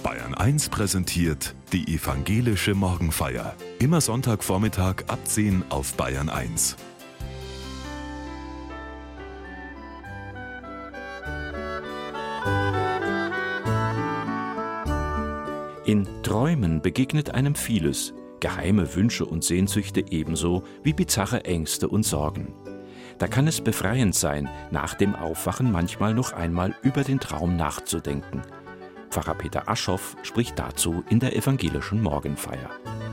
Bayern 1 präsentiert die evangelische Morgenfeier. Immer Sonntagvormittag ab 10 auf Bayern 1. In Träumen begegnet einem vieles, geheime Wünsche und Sehnsüchte ebenso wie bizarre Ängste und Sorgen. Da kann es befreiend sein, nach dem Aufwachen manchmal noch einmal über den Traum nachzudenken. Pfarrer Peter Aschoff spricht dazu in der evangelischen Morgenfeier.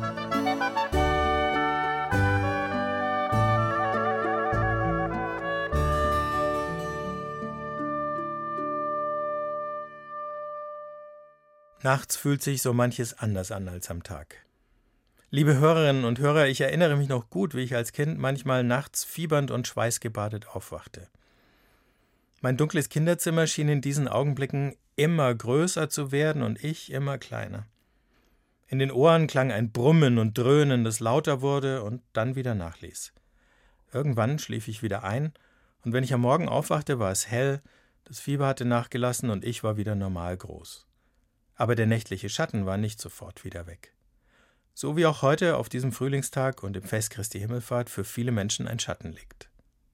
Nachts fühlt sich so manches anders an als am Tag. Liebe Hörerinnen und Hörer, ich erinnere mich noch gut, wie ich als Kind manchmal nachts fiebernd und schweißgebadet aufwachte. Mein dunkles Kinderzimmer schien in diesen Augenblicken immer größer zu werden und ich immer kleiner. In den Ohren klang ein Brummen und Dröhnen, das lauter wurde und dann wieder nachließ. Irgendwann schlief ich wieder ein und wenn ich am Morgen aufwachte, war es hell, das Fieber hatte nachgelassen und ich war wieder normal groß. Aber der nächtliche Schatten war nicht sofort wieder weg. So wie auch heute auf diesem Frühlingstag und im Fest Christi Himmelfahrt für viele Menschen ein Schatten liegt.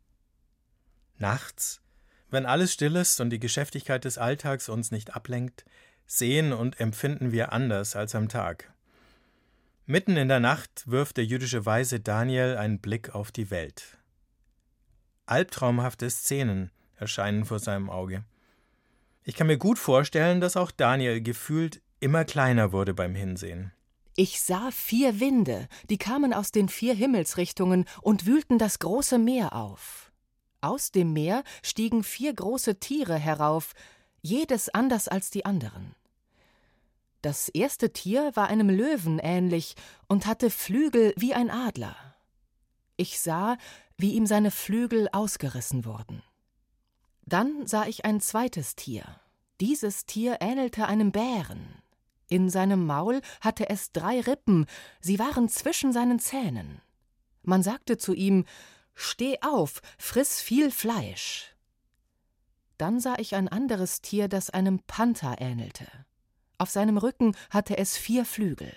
Nachts, wenn alles still ist und die Geschäftigkeit des Alltags uns nicht ablenkt, sehen und empfinden wir anders als am Tag. Mitten in der Nacht wirft der jüdische Weise Daniel einen Blick auf die Welt. Albtraumhafte Szenen erscheinen vor seinem Auge. Ich kann mir gut vorstellen, dass auch Daniel gefühlt immer kleiner wurde beim Hinsehen. Ich sah 4 Winde, die kamen aus den 4 Himmelsrichtungen und wühlten das große Meer auf. Aus dem Meer stiegen 4 große Tiere herauf, jedes anders als die anderen. Das erste Tier war einem Löwen ähnlich und hatte Flügel wie ein Adler. Ich sah, wie ihm seine Flügel ausgerissen wurden. Dann sah ich ein zweites Tier. Dieses Tier ähnelte einem Bären. In seinem Maul hatte es 3 Rippen, sie waren zwischen seinen Zähnen. Man sagte zu ihm: »Steh auf, friss viel Fleisch.« Dann sah ich ein anderes Tier, das einem Panther ähnelte. Auf seinem Rücken hatte es 4 Flügel.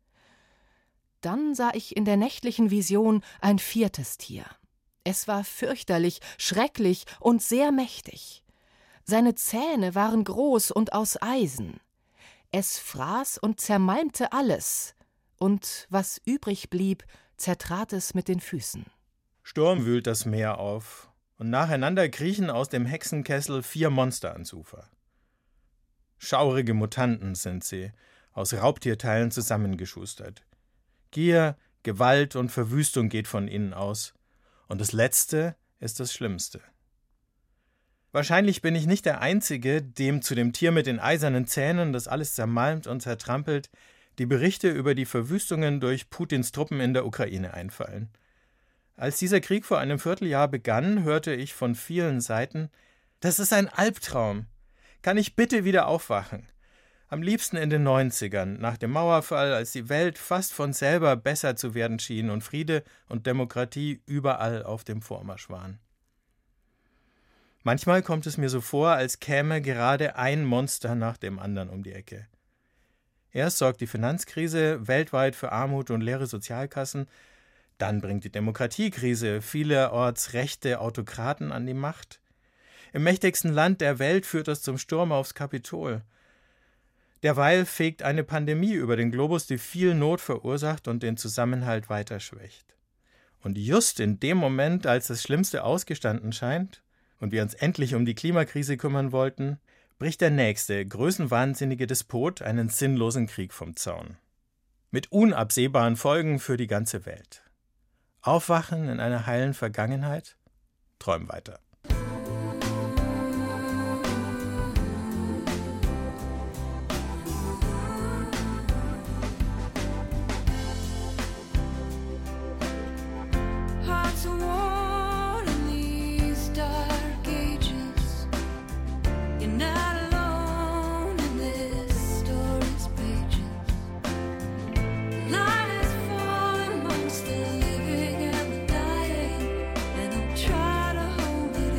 Dann sah ich in der nächtlichen Vision ein 4. Tier. Es war fürchterlich, schrecklich und sehr mächtig. Seine Zähne waren groß und aus Eisen. Es fraß und zermalmte alles, und was übrig blieb, zertrat es mit den Füßen. Sturm wühlt das Meer auf, und nacheinander kriechen aus dem Hexenkessel 4 Monster ans Ufer. Schaurige Mutanten sind sie, aus Raubtierteilen zusammengeschustert. Gier, Gewalt und Verwüstung geht von ihnen aus. Und das Letzte ist das Schlimmste. Wahrscheinlich bin ich nicht der Einzige, dem zu dem Tier mit den eisernen Zähnen, das alles zermalmt und zertrampelt, die Berichte über die Verwüstungen durch Putins Truppen in der Ukraine einfallen. Als dieser Krieg vor einem Vierteljahr begann, hörte ich von vielen Seiten: Das ist ein Albtraum. Kann ich bitte wieder aufwachen? Am liebsten in den 90ern, nach dem Mauerfall, als die Welt fast von selber besser zu werden schien und Friede und Demokratie überall auf dem Vormarsch waren. Manchmal kommt es mir so vor, als käme gerade ein Monster nach dem anderen um die Ecke. Erst sorgt die Finanzkrise weltweit für Armut und leere Sozialkassen, dann bringt die Demokratiekrise vielerorts rechte Autokraten an die Macht. Im mächtigsten Land der Welt führt das zum Sturm aufs Kapitol. Derweil fegt eine Pandemie über den Globus, die viel Not verursacht und den Zusammenhalt weiter schwächt. Und just in dem Moment, als das Schlimmste ausgestanden scheint und wir uns endlich um die Klimakrise kümmern wollten, bricht der nächste, größenwahnsinnige Despot einen sinnlosen Krieg vom Zaun. Mit unabsehbaren Folgen für die ganze Welt. Aufwachen in einer heilen Vergangenheit? Träum weiter. Try to hold it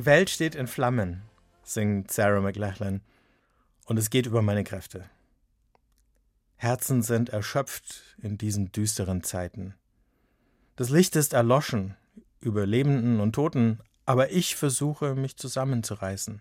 Die Welt steht in Flammen, singt Sarah McLachlan, und es geht über meine Kräfte. Herzen sind erschöpft in diesen düsteren Zeiten. Das Licht ist erloschen über Lebenden und Toten, aber ich versuche, mich zusammenzureißen.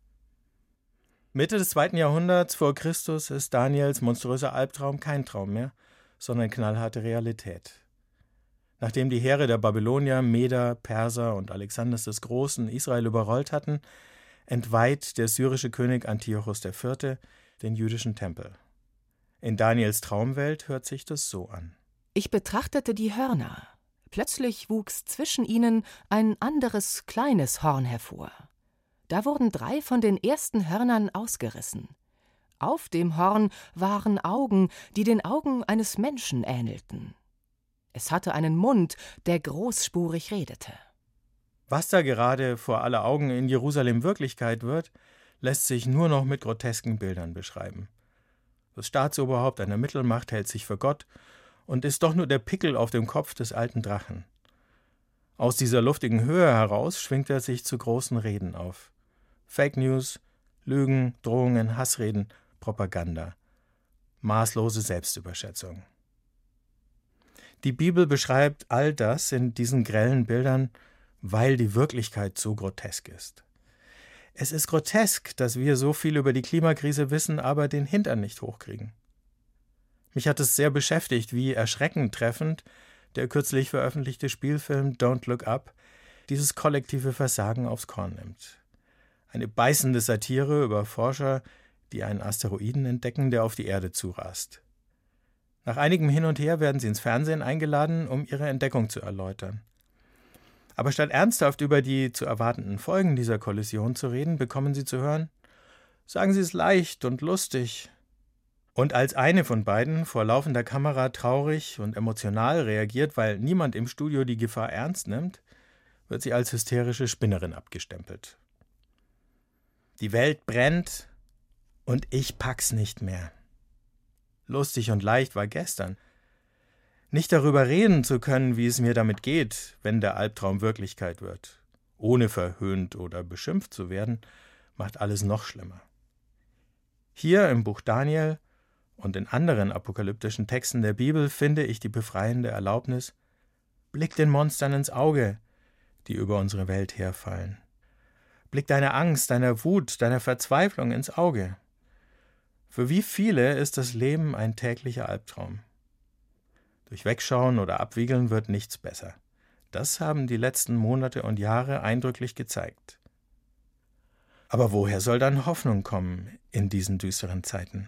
Mitte des 2. Jahrhunderts vor Christus ist Daniels monströser Albtraum kein Traum mehr, sondern knallharte Realität. Nachdem die Heere der Babylonier, Meder, Perser und Alexanders des Großen Israel überrollt hatten, entweiht der syrische König Antiochos IV. Den jüdischen Tempel. In Daniels Traumwelt hört sich das so an. Ich betrachtete die Hörner. Plötzlich wuchs zwischen ihnen ein anderes kleines Horn hervor. Da wurden 3 von den ersten Hörnern ausgerissen. Auf dem Horn waren Augen, die den Augen eines Menschen ähnelten. Es hatte einen Mund, der großspurig redete. Was da gerade vor aller Augen in Jerusalem Wirklichkeit wird, lässt sich nur noch mit grotesken Bildern beschreiben. Das Staatsoberhaupt einer Mittelmacht hält sich für Gott und ist doch nur der Pickel auf dem Kopf des alten Drachen. Aus dieser luftigen Höhe heraus schwingt er sich zu großen Reden auf. Fake News, Lügen, Drohungen, Hassreden, Propaganda. Maßlose Selbstüberschätzung. Die Bibel beschreibt all das in diesen grellen Bildern, weil die Wirklichkeit so grotesk ist. Es ist grotesk, dass wir so viel über die Klimakrise wissen, aber den Hintern nicht hochkriegen. Mich hat es sehr beschäftigt, wie erschreckend treffend der kürzlich veröffentlichte Spielfilm Don't Look Up dieses kollektive Versagen aufs Korn nimmt. Eine beißende Satire über Forscher, die einen Asteroiden entdecken, der auf die Erde zurast. Nach einigem Hin und Her werden sie ins Fernsehen eingeladen, um ihre Entdeckung zu erläutern. Aber statt ernsthaft über die zu erwartenden Folgen dieser Kollision zu reden, bekommen sie zu hören: Sagen Sie es leicht und lustig. Und als eine von beiden vor laufender Kamera traurig und emotional reagiert, weil niemand im Studio die Gefahr ernst nimmt, wird sie als hysterische Spinnerin abgestempelt. Die Welt brennt und ich pack's nicht mehr. Lustig und leicht war gestern. Nicht darüber reden zu können, wie es mir damit geht, wenn der Albtraum Wirklichkeit wird, ohne verhöhnt oder beschimpft zu werden, macht alles noch schlimmer. Hier im Buch Daniel und in anderen apokalyptischen Texten der Bibel finde ich die befreiende Erlaubnis: Blick den Monstern ins Auge, die über unsere Welt herfallen. Blick deiner Angst, deiner Wut, deiner Verzweiflung ins Auge. Für wie viele ist das Leben ein täglicher Albtraum? Durch Wegschauen oder Abwiegeln wird nichts besser. Das haben die letzten Monate und Jahre eindrücklich gezeigt. Aber woher soll dann Hoffnung kommen in diesen düsteren Zeiten?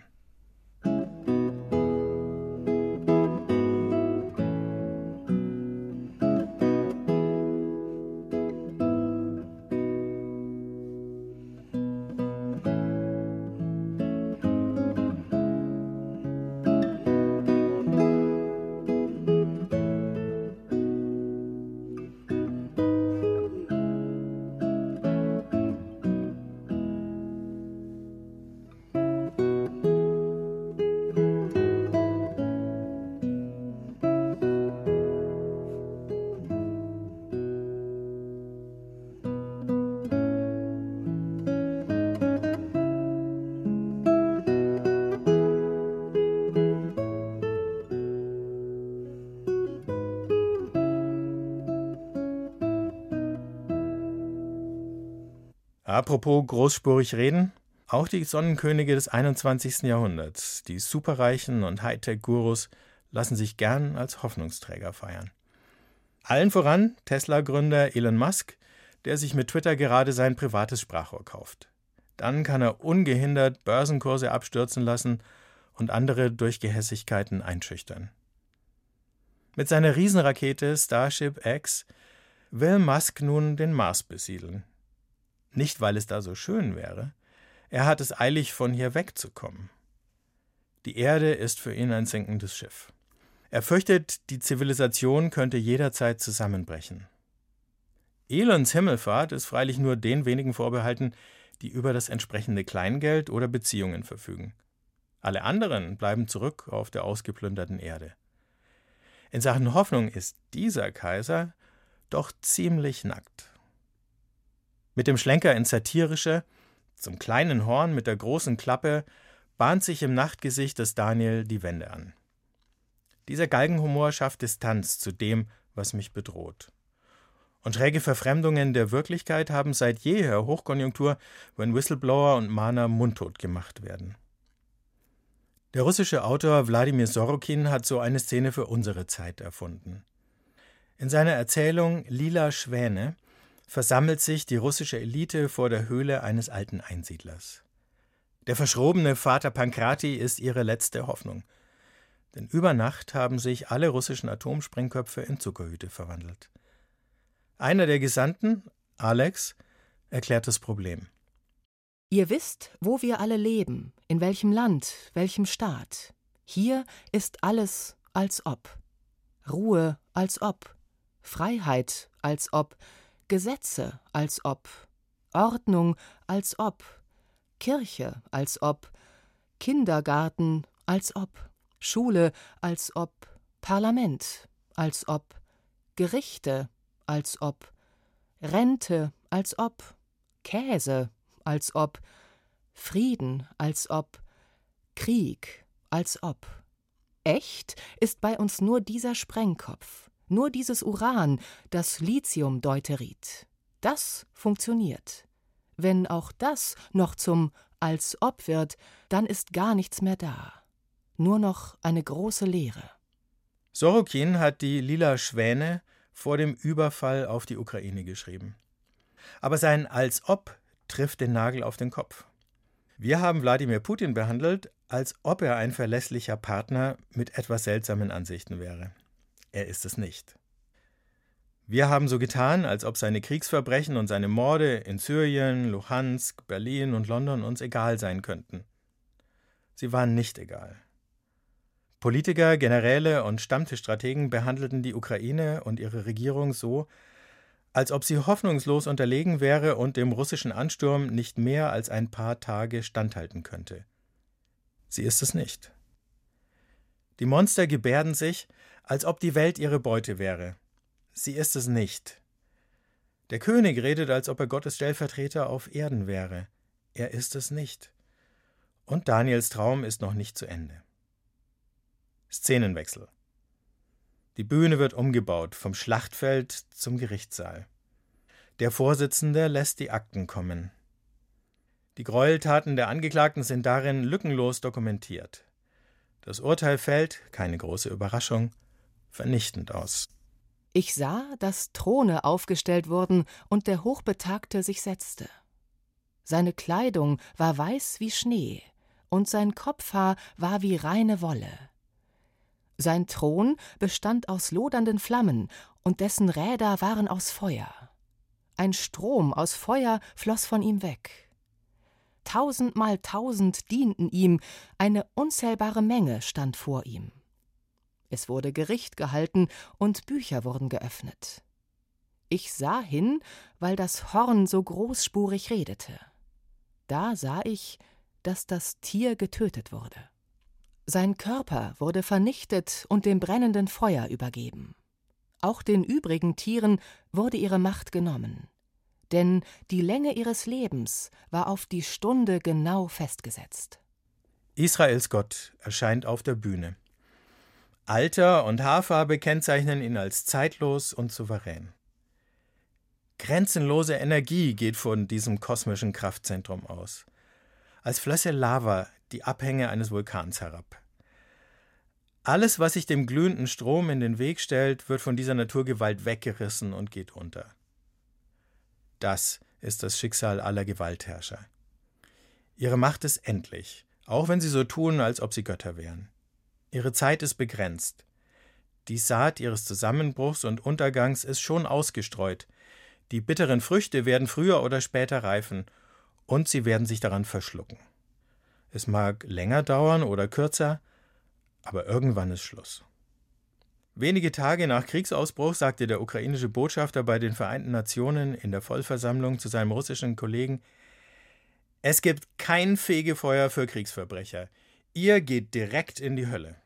Apropos großspurig reden, auch die Sonnenkönige des 21. Jahrhunderts, die Superreichen und Hightech-Gurus, lassen sich gern als Hoffnungsträger feiern. Allen voran Tesla-Gründer Elon Musk, der sich mit Twitter gerade sein privates Sprachrohr kauft. Dann kann er ungehindert Börsenkurse abstürzen lassen und andere durch Gehässigkeiten einschüchtern. Mit seiner Riesenrakete Starship X will Musk nun den Mars besiedeln. Nicht, weil es da so schön wäre. Er hat es eilig, von hier wegzukommen. Die Erde ist für ihn ein sinkendes Schiff. Er fürchtet, die Zivilisation könnte jederzeit zusammenbrechen. Elons Himmelfahrt ist freilich nur den wenigen vorbehalten, die über das entsprechende Kleingeld oder Beziehungen verfügen. Alle anderen bleiben zurück auf der ausgeplünderten Erde. In Sachen Hoffnung ist dieser Kaiser doch ziemlich nackt. Mit dem Schlenker ins Satirische, zum kleinen Horn mit der großen Klappe, bahnt sich im Nachtgesicht des Daniel die Wende an. Dieser Galgenhumor schafft Distanz zu dem, was mich bedroht. Und schräge Verfremdungen der Wirklichkeit haben seit jeher Hochkonjunktur, wenn Whistleblower und Mahner mundtot gemacht werden. Der russische Autor Wladimir Sorokin hat so eine Szene für unsere Zeit erfunden. In seiner Erzählung »Lila Schwäne« versammelt sich die russische Elite vor der Höhle eines alten Einsiedlers. Der verschrobene Vater Pankrati ist ihre letzte Hoffnung. Denn über Nacht haben sich alle russischen Atomsprengköpfe in Zuckerhüte verwandelt. Einer der Gesandten, Alex, erklärt das Problem. Ihr wisst, wo wir alle leben, in welchem Land, welchem Staat. Hier ist alles als ob. Ruhe als ob. Freiheit als ob. Gesetze als ob. Ordnung als ob. Kirche als ob. Kindergarten als ob. Schule als ob. Parlament als ob. Gerichte als ob. Rente als ob. Käse als ob, Frieden als ob, Krieg als ob. Echt ist bei uns nur dieser Sprengkopf, nur dieses Uran, das Lithiumdeuterit. Das funktioniert. Wenn auch das noch zum als ob wird, dann ist gar nichts mehr da. Nur noch eine große Leere. Sorokin hat die Lila Schwäne vor dem Überfall auf die Ukraine geschrieben. Aber sein als ob trifft den Nagel auf den Kopf. Wir haben Wladimir Putin behandelt, als ob er ein verlässlicher Partner mit etwas seltsamen Ansichten wäre. Er ist es nicht. Wir haben so getan, als ob seine Kriegsverbrechen und seine Morde in Syrien, Luhansk, Berlin und London uns egal sein könnten. Sie waren nicht egal. Politiker, Generäle und Stammtischstrategen behandelten die Ukraine und ihre Regierung so, als ob sie hoffnungslos unterlegen wäre und dem russischen Ansturm nicht mehr als ein paar Tage standhalten könnte. Sie ist es nicht. Die Monster gebärden sich, als ob die Welt ihre Beute wäre. Sie ist es nicht. Der König redet, als ob er Gottes Stellvertreter auf Erden wäre. Er ist es nicht. Und Daniels Traum ist noch nicht zu Ende. Szenenwechsel. Die Bühne wird umgebaut, vom Schlachtfeld zum Gerichtssaal. Der Vorsitzende lässt die Akten kommen. Die Gräueltaten der Angeklagten sind darin lückenlos dokumentiert. Das Urteil fällt, keine große Überraschung, vernichtend aus. Ich sah, dass Throne aufgestellt wurden und der Hochbetagte sich setzte. Seine Kleidung war weiß wie Schnee und sein Kopfhaar war wie reine Wolle. Sein Thron bestand aus lodernden Flammen, und dessen Räder waren aus Feuer. Ein Strom aus Feuer floss von ihm weg. 1000 mal 1000 dienten ihm, eine unzählbare Menge stand vor ihm. Es wurde Gericht gehalten und Bücher wurden geöffnet. Ich sah hin, weil das Horn so großspurig redete. Da sah ich, dass das Tier getötet wurde. Sein Körper wurde vernichtet und dem brennenden Feuer übergeben. Auch den übrigen Tieren wurde ihre Macht genommen. Denn die Länge ihres Lebens war auf die Stunde genau festgesetzt. Israels Gott erscheint auf der Bühne. Alter und Haarfarbe kennzeichnen ihn als zeitlos und souverän. Grenzenlose Energie geht von diesem kosmischen Kraftzentrum aus. Als flösse Lava die Abhänge eines Vulkans herab. Alles, was sich dem glühenden Strom in den Weg stellt, wird von dieser Naturgewalt weggerissen und geht unter. Das ist das Schicksal aller Gewaltherrscher. Ihre Macht ist endlich, auch wenn sie so tun, als ob sie Götter wären. Ihre Zeit ist begrenzt. Die Saat ihres Zusammenbruchs und Untergangs ist schon ausgestreut. Die bitteren Früchte werden früher oder später reifen, und sie werden sich daran verschlucken. Es mag länger dauern oder kürzer, aber irgendwann ist Schluss. Wenige Tage nach Kriegsausbruch sagte der ukrainische Botschafter bei den Vereinten Nationen in der Vollversammlung zu seinem russischen Kollegen: Es gibt kein Fegefeuer für Kriegsverbrecher. Ihr geht direkt in die Hölle.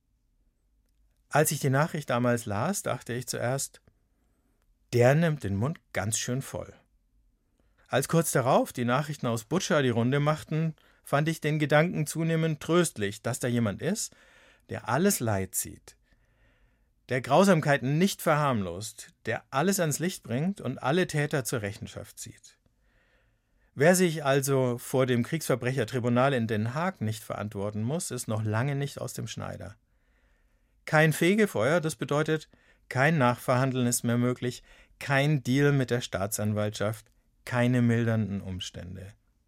Als ich die Nachricht damals las, dachte ich zuerst, der nimmt den Mund ganz schön voll. Als kurz darauf die Nachrichten aus Butscha die Runde machten, fand ich den Gedanken zunehmend tröstlich, dass da jemand ist, der alles Leid sieht, der Grausamkeiten nicht verharmlost, der alles ans Licht bringt und alle Täter zur Rechenschaft zieht. Wer sich also vor dem Kriegsverbrechertribunal in Den Haag nicht verantworten muss, ist noch lange nicht aus dem Schneider. Kein Fegefeuer, das bedeutet, kein Nachverhandeln ist mehr möglich, kein Deal mit der Staatsanwaltschaft, keine mildernden Umstände.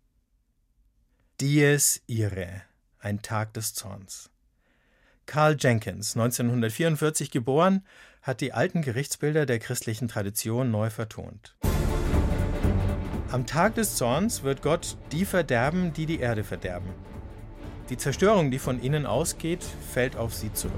Dies Irae, ein Tag des Zorns. Karl Jenkins, 1944 geboren, hat die alten Gerichtsbilder der christlichen Tradition neu vertont. Am Tag des Zorns wird Gott die verderben, die die Erde verderben. Die Zerstörung, die von ihnen ausgeht, fällt auf sie zurück.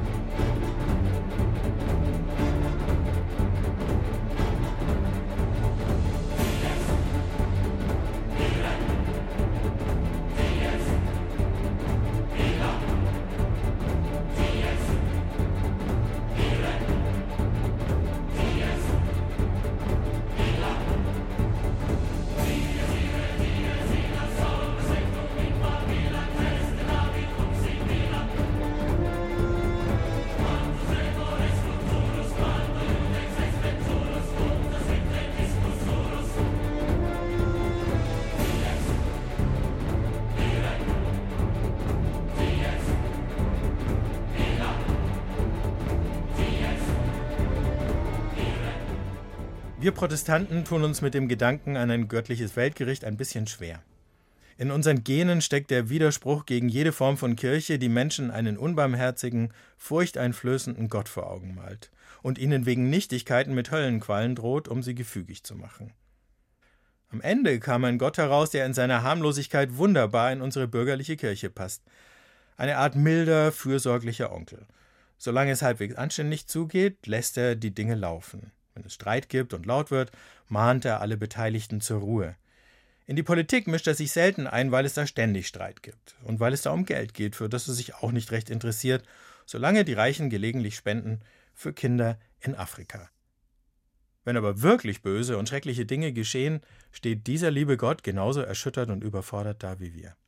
Wir Protestanten tun uns mit dem Gedanken an ein göttliches Weltgericht ein bisschen schwer. In unseren Genen steckt der Widerspruch gegen jede Form von Kirche, die Menschen einen unbarmherzigen, furchteinflößenden Gott vor Augen malt und ihnen wegen Nichtigkeiten mit Höllenqualen droht, um sie gefügig zu machen. Am Ende kam ein Gott heraus, der in seiner Harmlosigkeit wunderbar in unsere bürgerliche Kirche passt. Eine Art milder, fürsorglicher Onkel. Solange es halbwegs anständig zugeht, lässt er die Dinge laufen. Wenn es Streit gibt und laut wird, mahnt er alle Beteiligten zur Ruhe. In die Politik mischt er sich selten ein, weil es da ständig Streit gibt und weil es da um Geld geht, für das er sich auch nicht recht interessiert, solange die Reichen gelegentlich spenden für Kinder in Afrika. Wenn aber wirklich böse und schreckliche Dinge geschehen, steht dieser liebe Gott genauso erschüttert und überfordert da wie wir.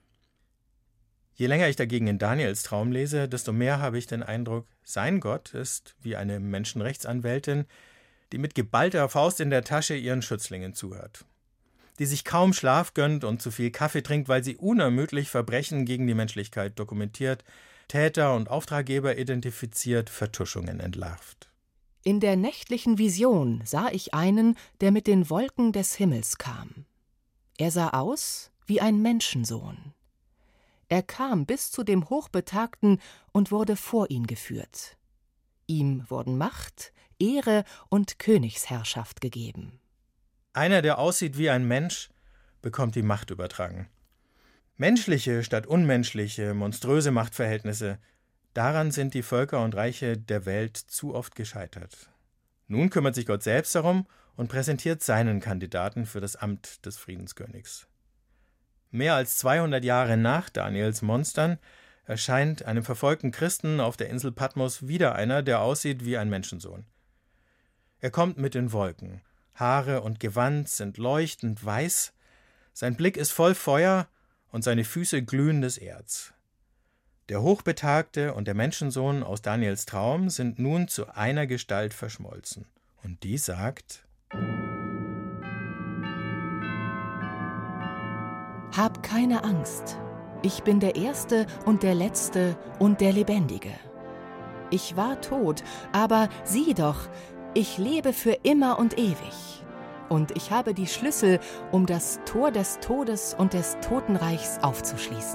Je länger ich dagegen in Daniels Traum lese, desto mehr habe ich den Eindruck, sein Gott ist wie eine Menschenrechtsanwältin, die mit geballter Faust in der Tasche ihren Schützlingen zuhört, die sich kaum Schlaf gönnt und zu viel Kaffee trinkt, weil sie unermüdlich Verbrechen gegen die Menschlichkeit dokumentiert, Täter und Auftraggeber identifiziert, Vertuschungen entlarvt. In der nächtlichen Vision sah ich einen, der mit den Wolken des Himmels kam. Er sah aus wie ein Menschensohn. Er kam bis zu dem Hochbetagten und wurde vor ihn geführt. Ihm wurden Macht, Ehre und Königsherrschaft gegeben. Einer, der aussieht wie ein Mensch, bekommt die Macht übertragen. Menschliche statt unmenschliche, monströse Machtverhältnisse, daran sind die Völker und Reiche der Welt zu oft gescheitert. Nun kümmert sich Gott selbst darum und präsentiert seinen Kandidaten für das Amt des Friedenskönigs. Mehr als 200 Jahre nach Daniels Monstern erscheint einem verfolgten Christen auf der Insel Patmos wieder einer, der aussieht wie ein Menschensohn. Er kommt mit den Wolken. Haare und Gewand sind leuchtend weiß, sein Blick ist voll Feuer und seine Füße glühendes Erz. Der Hochbetagte und der Menschensohn aus Daniels Traum sind nun zu einer Gestalt verschmolzen. Und die sagt: Hab keine Angst. Ich bin der Erste und der Letzte und der Lebendige. Ich war tot, aber sieh doch, ich lebe für immer und ewig. Und ich habe die Schlüssel, um das Tor des Todes und des Totenreichs aufzuschließen.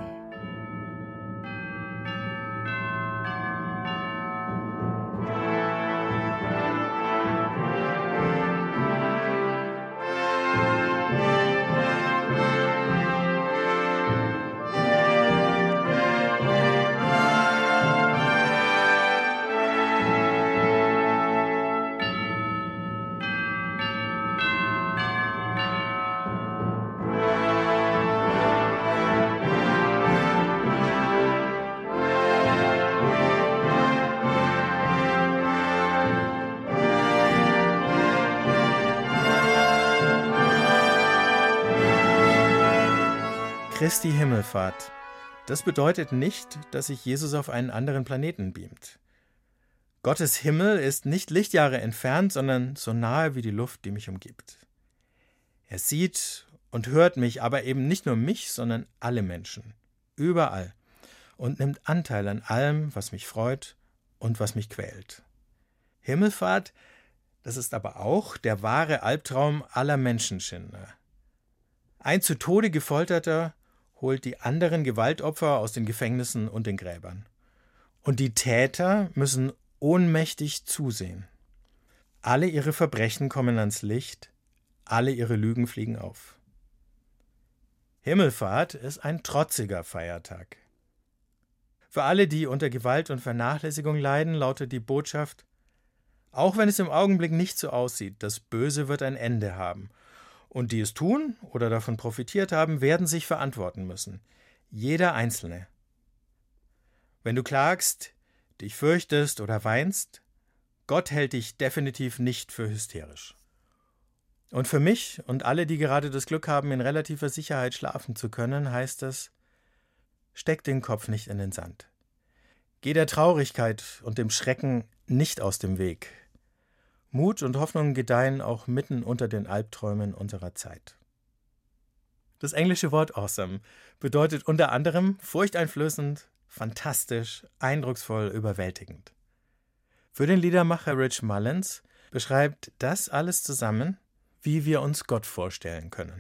Christi Himmelfahrt. Das bedeutet nicht, dass sich Jesus auf einen anderen Planeten beamt. Gottes Himmel ist nicht Lichtjahre entfernt, sondern so nahe wie die Luft, die mich umgibt. Er sieht und hört mich, aber eben nicht nur mich, sondern alle Menschen, überall, und nimmt Anteil an allem, was mich freut und was mich quält. Himmelfahrt, das ist aber auch der wahre Albtraum aller Menschenschinder. Ein zu Tode gefolterter holt die anderen Gewaltopfer aus den Gefängnissen und den Gräbern. Und die Täter müssen ohnmächtig zusehen. Alle ihre Verbrechen kommen ans Licht, alle ihre Lügen fliegen auf. Himmelfahrt ist ein trotziger Feiertag. Für alle, die unter Gewalt und Vernachlässigung leiden, lautet die Botschaft: Auch wenn es im Augenblick nicht so aussieht, das Böse wird ein Ende haben. Und die es tun oder davon profitiert haben, werden sich verantworten müssen. Jeder Einzelne. Wenn du klagst, dich fürchtest oder weinst, Gott hält dich definitiv nicht für hysterisch. Und für mich und alle, die gerade das Glück haben, in relativer Sicherheit schlafen zu können, heißt es: Steck den Kopf nicht in den Sand. Geh der Traurigkeit und dem Schrecken nicht aus dem Weg. Mut und Hoffnung gedeihen auch mitten unter den Albträumen unserer Zeit. Das englische Wort awesome bedeutet unter anderem furchteinflößend, fantastisch, eindrucksvoll, überwältigend. Für den Liedermacher Rich Mullins beschreibt das alles zusammen, wie wir uns Gott vorstellen können.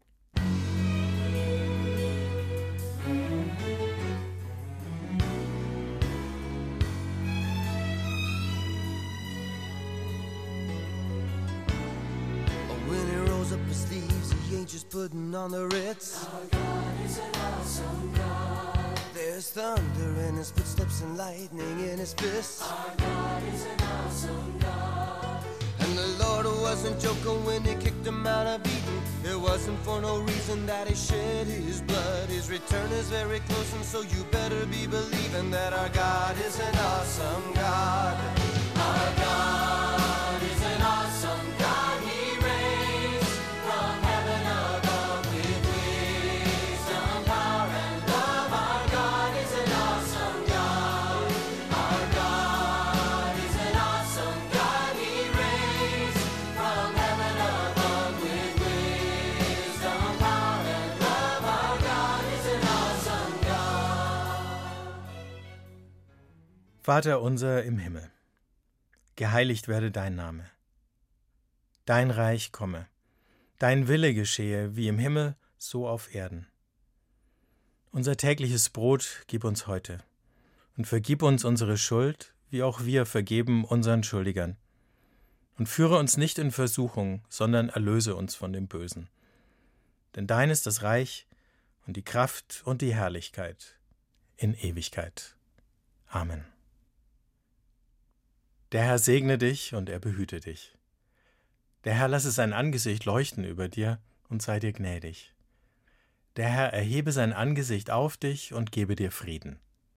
Just putting on the Ritz. Our God is an awesome God. There's thunder in his footsteps and lightning in his fists. Our God is an awesome God. And the Lord wasn't joking when he kicked him out of Eden. It wasn't for no reason that he shed his blood. His return is very close, and so you better be believing that our God is an awesome God. Our God is an awesome God. Vater unser im Himmel, geheiligt werde dein Name. Dein Reich komme, dein Wille geschehe, wie im Himmel, so auf Erden. Unser tägliches Brot gib uns heute und vergib uns unsere Schuld, wie auch wir vergeben unseren Schuldigern. Und führe uns nicht in Versuchung, sondern erlöse uns von dem Bösen. Denn dein ist das Reich und die Kraft und die Herrlichkeit in Ewigkeit. Amen. Der Herr segne dich und er behüte dich. Der Herr lasse sein Angesicht leuchten über dir und sei dir gnädig. Der Herr erhebe sein Angesicht auf dich und gebe dir Frieden.